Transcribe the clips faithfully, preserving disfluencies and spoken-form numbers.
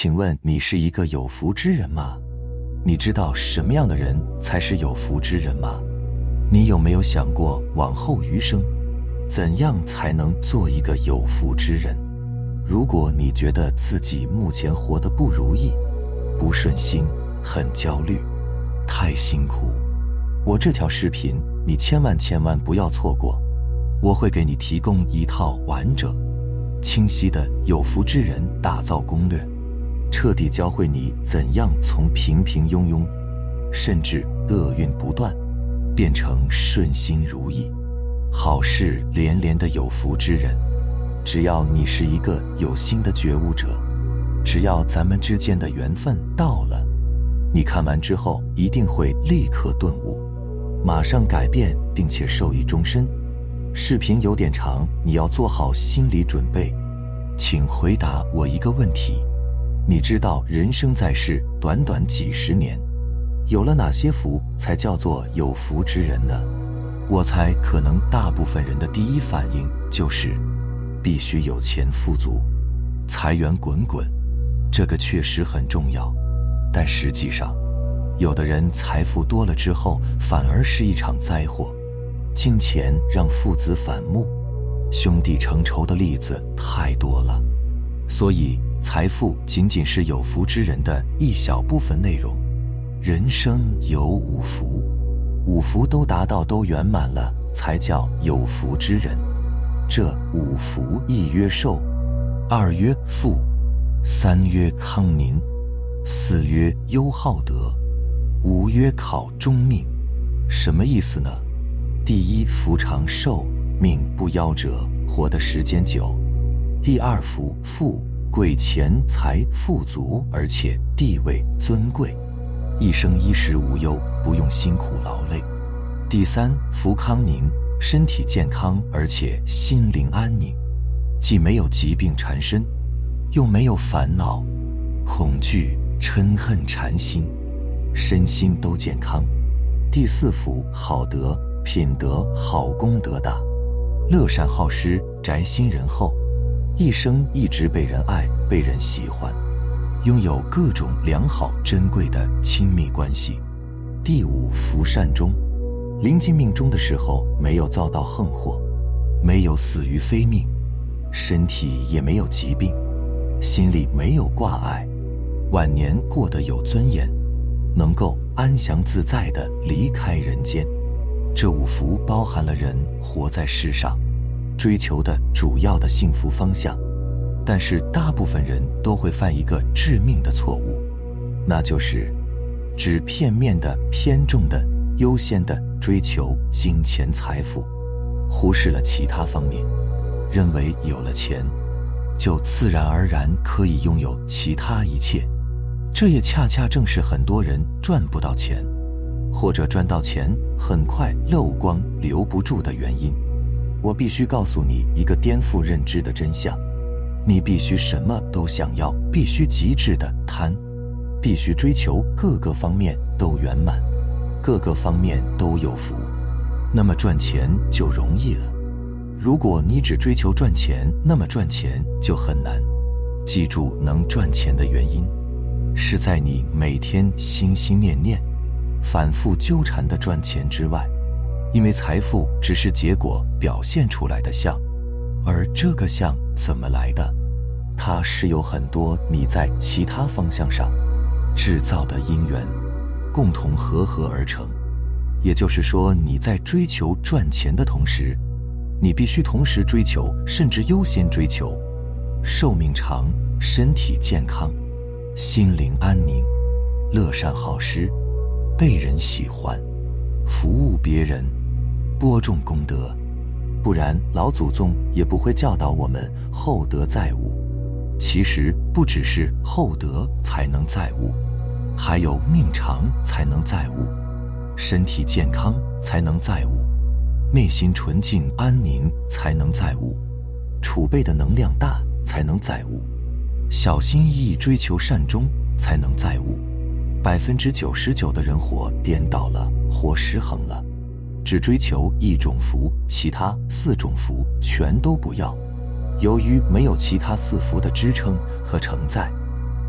请问你是一个有福之人吗？你知道什么样的人才是有福之人吗？你有没有想过往后余生，怎样才能做一个有福之人？如果你觉得自己目前活得不如意、不顺心、很焦虑、太辛苦，我这条视频你千万千万不要错过，我会给你提供一套完整、清晰的有福之人打造攻略，彻底教会你怎样从平平庸庸，甚至厄运不断，变成顺心如意、好事连连的有福之人。只要你是一个有心的觉悟者，只要咱们之间的缘分到了，你看完之后一定会立刻顿悟，马上改变，并且受益终身。视频有点长，你要做好心理准备。请回答我一个问题，你知道人生在世短短几十年，有了哪些福才叫做有福之人呢？我猜可能大部分人的第一反应就是必须有钱富足，财源滚滚，这个确实很重要。但实际上，有的人财富多了之后反而是一场灾祸，金钱让父子反目，兄弟成仇的例子太多了。所以财富仅仅是有福之人的一小部分内容，人生有五福，五福都达到都圆满了，才叫有福之人。这五福，一曰寿，二曰富，三曰康宁，四曰优好德，五曰考终命。什么意思呢？第一福长寿，命不夭折，活的时间久。第二福富，贵钱财富足，而且地位尊贵，一生衣食无忧，不用辛苦劳累。第三福康宁，身体健康，而且心灵安宁，既没有疾病缠身，又没有烦恼、恐惧、嗔恨缠心，身心都健康。第四福好德，品德好，功德大，乐善好施，宅心仁厚，一生一直被人爱，被人喜欢，拥有各种良好珍贵的亲密关系。第五福善终，临近命终的时候没有遭到横祸，没有死于非命，身体也没有疾病，心里没有挂碍，晚年过得有尊严，能够安详自在地离开人间。这五福包含了人活在世上追求的主要的幸福方向，但是大部分人都会犯一个致命的错误，那就是只片面的、偏重的、优先的追求金钱财富，忽视了其他方面，认为有了钱就自然而然可以拥有其他一切。这也恰恰正是很多人赚不到钱，或者赚到钱很快漏光留不住的原因。我必须告诉你一个颠覆认知的真相，你必须什么都想要，必须极致的贪，必须追求各个方面都圆满，各个方面都有福，那么赚钱就容易了。如果你只追求赚钱，那么赚钱就很难。记住，能赚钱的原因是在你每天心心念念反复纠缠的赚钱之外，因为财富只是结果表现出来的相，而这个相怎么来的？它是由很多你在其他方向上制造的因缘共同合合而成。也就是说，你在追求赚钱的同时，你必须同时追求，甚至优先追求寿命长、身体健康、心灵安宁、乐善好施、被人喜欢、服务别人、播种功德。不然老祖宗也不会教导我们厚德载物。其实不只是厚德才能载物，还有命长才能载物，身体健康才能载物，内心纯净安宁才能载物，储备的能量大才能载物，小心翼翼追求善终才能载物。百分之九十九的人活颠倒了，活失衡了，只追求一种福，其他四种福全都不要。由于没有其他四福的支撑和承载，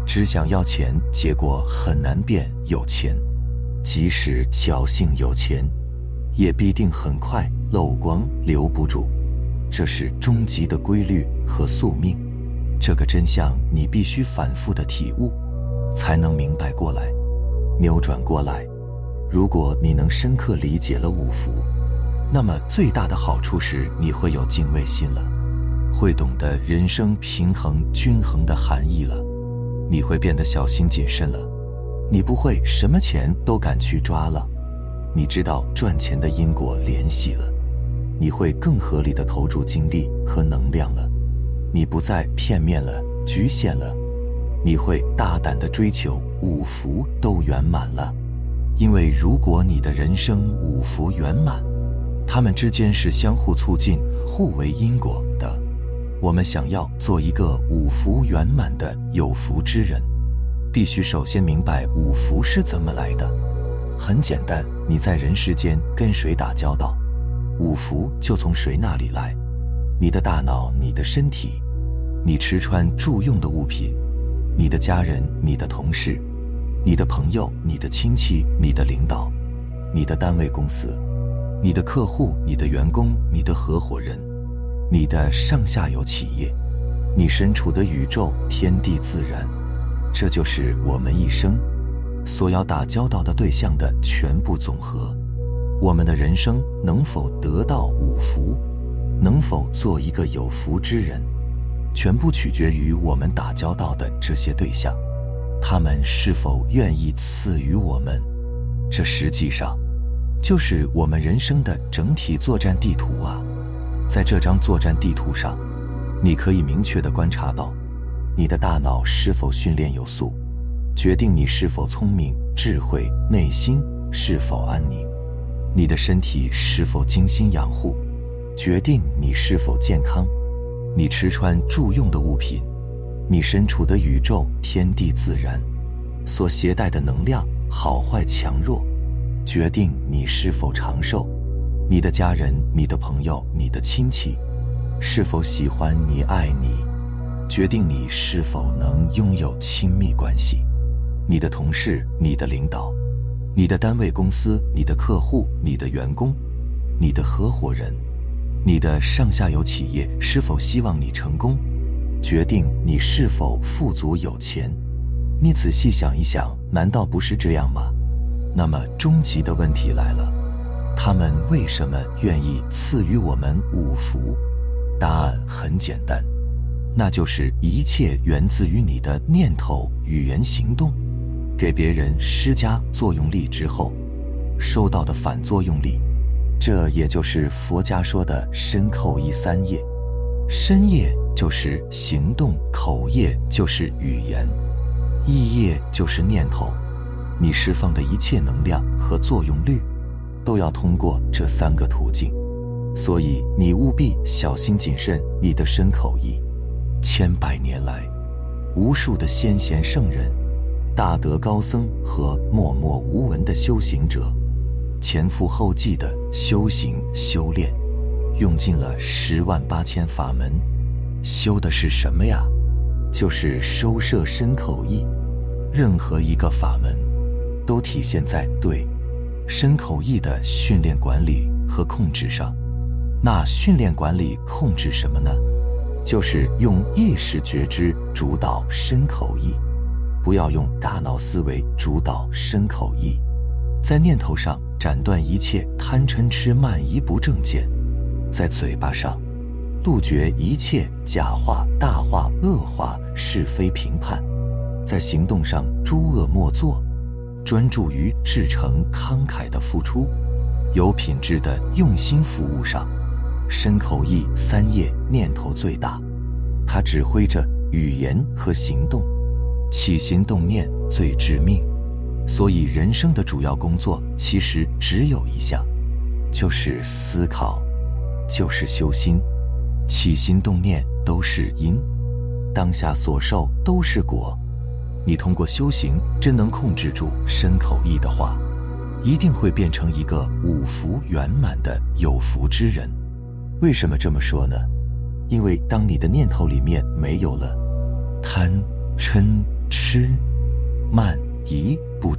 只想要钱，结果很难变有钱。即使侥幸有钱，也必定很快漏光留不住。这是终极的规律和宿命。这个真相你必须反复的体悟，才能明白过来，扭转过来。如果你能深刻理解了五福，那么最大的好处是你会有敬畏心了，会懂得人生平衡均衡的含义了，你会变得小心谨慎了，你不会什么钱都敢去抓了，你知道赚钱的因果联系了，你会更合理的投注精力和能量了，你不再片面了，局限了，你会大胆的追求五福都圆满了。因为如果你的人生五福圆满，它们之间是相互促进、互为因果的。我们想要做一个五福圆满的有福之人，必须首先明白五福是怎么来的。很简单，你在人世间跟谁打交道，五福就从谁那里来。你的大脑、你的身体，你吃穿住用的物品，你的家人、你的同事，你的朋友、你的亲戚、你的领导，你的单位公司，你的客户、你的员工、你的合伙人，你的上下游企业，你身处的宇宙、天地自然，这就是我们一生所要打交道的对象的全部总和。我们的人生能否得到五福，能否做一个有福之人，全部取决于我们打交道的这些对象，他们是否愿意赐予我们。这实际上就是我们人生的整体作战地图啊！在这张作战地图上，你可以明确地观察到，你的大脑是否训练有素，决定你是否聪明、智慧，内心是否安宁；你的身体是否精心养护，决定你是否健康；你吃穿住用的物品，你身处的宇宙、天地自然所携带的能量好坏强弱，决定你是否长寿；你的家人、你的朋友、你的亲戚是否喜欢你、爱你，决定你是否能拥有亲密关系；你的同事、你的领导、你的单位公司、你的客户、你的员工、你的合伙人、你的上下游企业是否希望你成功，决定你是否富足有钱。你仔细想一想，难道不是这样吗？那么终极的问题来了，他们为什么愿意赐予我们五福？答案很简单，那就是一切源自于你的念头、语言、行动，给别人施加作用力之后收到的反作用力。这也就是佛家说的身口意三业。身业就是行动，口业就是语言，意业就是念头。你释放的一切能量和作用率都要通过这三个途径，所以你务必小心谨慎你的身口意。千百年来，无数的先贤圣人、大德高僧和默默无闻的修行者，前赴后继的修行修炼，用尽了十万八千法门，修的是什么呀？就是收摄身口意。任何一个法门都体现在对身口意的训练管理和控制上。那训练管理控制什么呢？就是用意识觉知主导身口意，不要用大脑思维主导身口意。在念头上斩断一切贪嗔痴慢疑不正见，在嘴巴上杜绝一切假话、大话、恶话、是非评判，在行动上诸恶莫作，专注于至诚慷慨的付出，有品质的用心服务上。身口意三业念头最大，它指挥着语言和行动，起心动念最致命。所以人生的主要工作其实只有一项，就是思考，就是修心。起心动念都是因，当下所受都是果。你通过修行真能控制住身口意的话，一定会变成一个五福圆满的有福之人。为什么这么说呢？因为当你的念头里面没有了贪嗔痴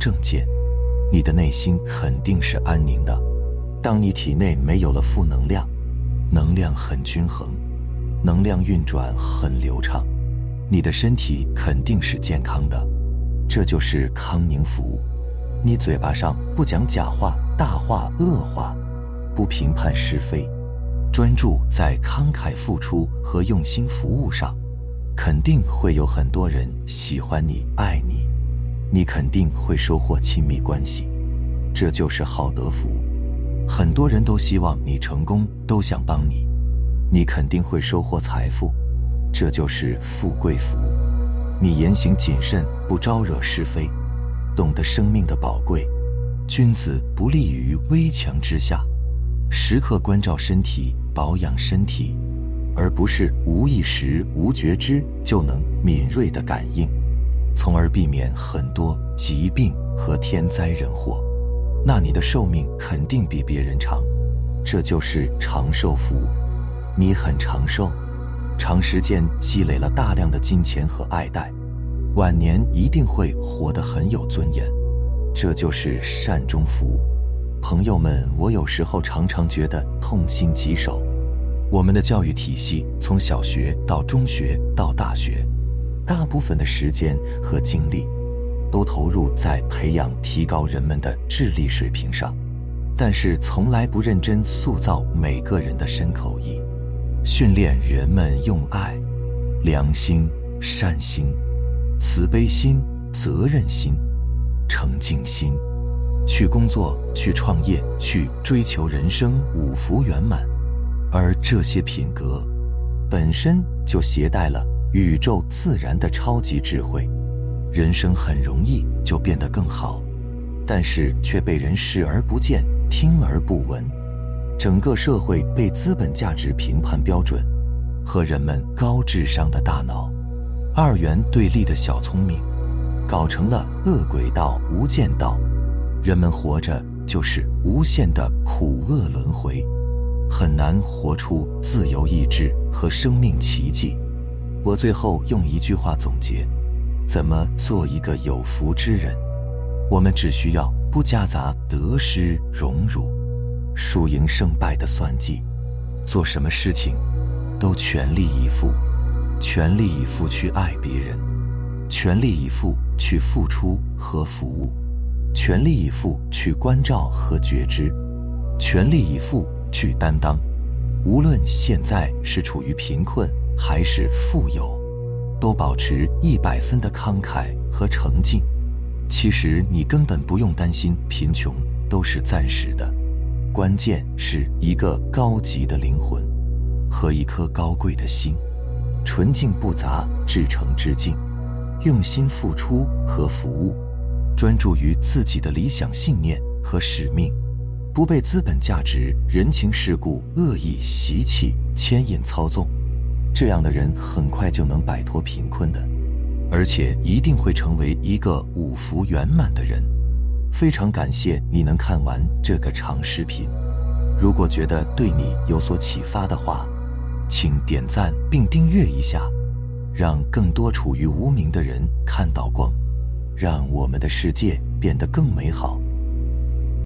正见，你的内心肯定是安宁的。当你体内没有了负能量，能量很均衡，能量运转很流畅，你的身体肯定是健康的。这就是康宁福。你嘴巴上不讲假话、大话、恶话，不评判是非，专注在慷慨付出和用心服务上，肯定会有很多人喜欢你、爱你，你肯定会收获亲密关系。这就是好德福。很多人都希望你成功，都想帮你，你肯定会收获财富。这就是富贵福。你言行谨慎，不招惹是非，懂得生命的宝贵。君子不立于危墙之下，时刻关照身体，保养身体，而不是无意识无觉知就能敏锐地感应，从而避免很多疾病和天灾人祸。那你的寿命肯定比别人长，这就是长寿福。你很长寿，长时间积累了大量的金钱和爱戴，晚年一定会活得很有尊严，这就是善终福。朋友们，我有时候常常觉得痛心疾首。我们的教育体系从小学到中学到大学，大部分的时间和精力都投入在培养提高人们的智力水平上，但是从来不认真塑造每个人的身口意，训练人们用爱、良心、善心、慈悲心、责任心、诚敬心去工作、去创业、去追求人生五福圆满。而这些品格本身就携带了宇宙自然的超级智慧，人生很容易就变得更好，但是却被人视而不见，听而不闻。整个社会被资本价值评判标准和人们高智商的大脑二元对立的小聪明搞成了恶轨道、无间道，人们活着就是无限的苦厄轮回，很难活出自由意志和生命奇迹。我最后用一句话总结，怎么做一个有福之人？我们只需要不夹杂得失荣辱、输赢胜败的算计，做什么事情都全力以赴，全力以赴去爱别人，全力以赴去付出和服务，全力以赴去关照和觉知，全力以赴去担当。无论现在是处于贫困还是富有，都保持一百分的慷慨和诚敬。其实你根本不用担心贫穷，都是暂时的，关键是一个高级的灵魂和一颗高贵的心，纯净不杂，至诚至敬，用心付出和服务，专注于自己的理想信念和使命，不被资本价值、人情世故、恶意习气牵引操纵。这样的人很快就能摆脱贫困的，而且一定会成为一个五福圆满的人。非常感谢你能看完这个长视频，如果觉得对你有所启发的话，请点赞并订阅一下，让更多处于无明的人看到光，让我们的世界变得更美好。